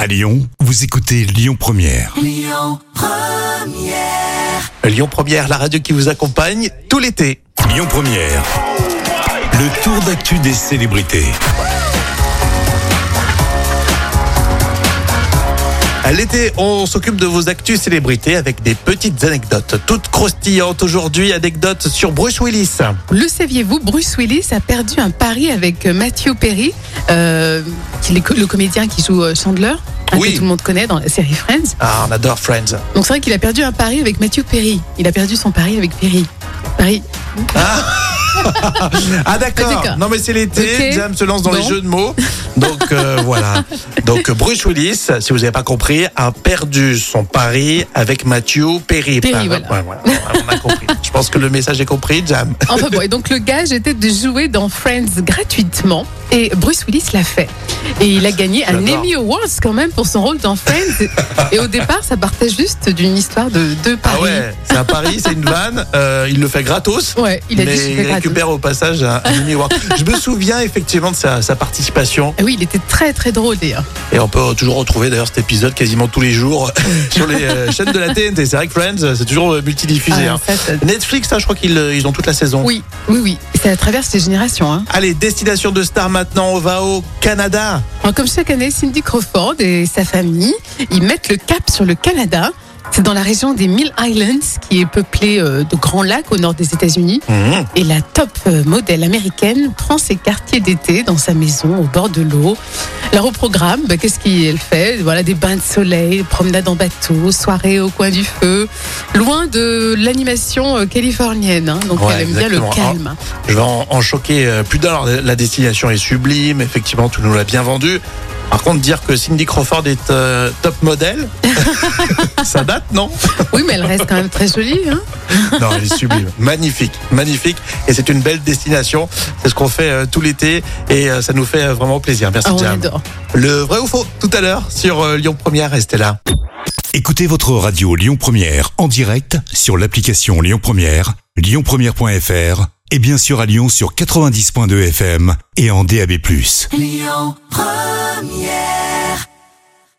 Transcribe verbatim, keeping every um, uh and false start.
À Lyon, vous écoutez Lyon Première. Lyon Première. Lyon Première, la radio qui vous accompagne tout l'été. Lyon Première. Le tour d'actu des célébrités. À l'été, on s'occupe de vos actus célébrités avec des petites anecdotes toutes croustillantes. Aujourd'hui, anecdote sur Bruce Willis. Le saviez-vous, Bruce Willis a perdu un pari avec Matthew Perry, euh, qui est le comédien qui joue Chandler, hein, Oui. que tout le monde connaît dans la série Friends. Ah, on adore Friends. Donc c'est vrai qu'il a perdu un pari avec Matthew Perry. Il a perdu son pari avec Perry. Perry. Ah d'accord. D'accord. Non mais c'est l'été, Ok. Jam se lance dans Bon. les jeux de mots. Donc euh, voilà. Donc Bruce Willis, si vous n'avez pas compris, a perdu son pari avec Matthew Perry. Perry, Enfin, voilà. ouais, voilà. On a compris. Je pense que le message est compris, Jam. Enfin bon, et donc le gage était de jouer dans Friends gratuitement. Et Bruce Willis l'a fait. Et il a gagné un J'adore. Emmy Awards quand même pour son rôle dans Friends. Et au départ, ça partait juste d'une histoire de deux paris. Ah ouais, c'est un pari, c'est une vanne. Euh, il le fait gratos. Ouais, il a mais dit je fais il gratos. récupère au passage un, un Emmy Award. Je me souviens effectivement de sa, sa participation. Ah oui, il était très très drôle d'ailleurs. Et on peut toujours retrouver d'ailleurs cet épisode quasiment tous les jours sur les euh, chaînes de la T N T. C'est vrai que Friends, c'est toujours euh, multidiffusé. Ah, hein. ça, ça- Netflix, hein, je crois qu'ils euh, ils ont toute la saison. Oui, oui, oui. Ça traverse les générations. Hein. Allez, destination de star maintenant, on va au Canada. Alors, comme chaque année, Cindy Crawford et sa famille, ils mettent le cap sur le Canada. C'est dans la région des Mill Islands, qui est peuplée euh, de grands lacs au nord des États-Unis. Mmh. Et la top euh, modèle américaine prend ses quartiers d'été dans sa maison au bord de l'eau. Alors au programme, bah, qu'est-ce qu'elle fait? Voilà, des bains de soleil, promenades en bateau, soirées au coin du feu, loin de l'animation euh, californienne. Hein. Donc Ouais, elle aime bien le exactement. calme. Je vais en, en choquer euh, plus d'un. Alors, La destination est sublime, effectivement, tu nous l'as bien vendu. Par contre, dire que Cindy Crawford est euh, top modèle, ça date, non? Oui, mais elle reste quand même très jolie. Hein. Non, elle est sublime. Magnifique, magnifique. Et c'est une belle destination. C'est ce qu'on fait euh, tout l'été et euh, ça nous fait euh, vraiment plaisir. Merci, Ah, on Jam. adore. Le vrai ou faux, tout à l'heure, sur euh, Lyon Première, restez là. Écoutez votre radio Lyon Première en direct sur l'application Lyon Première, lyon première point f r et bien sûr à Lyon sur quatre-vingt-dix point deux F M et en D A B plus. Lyon Première.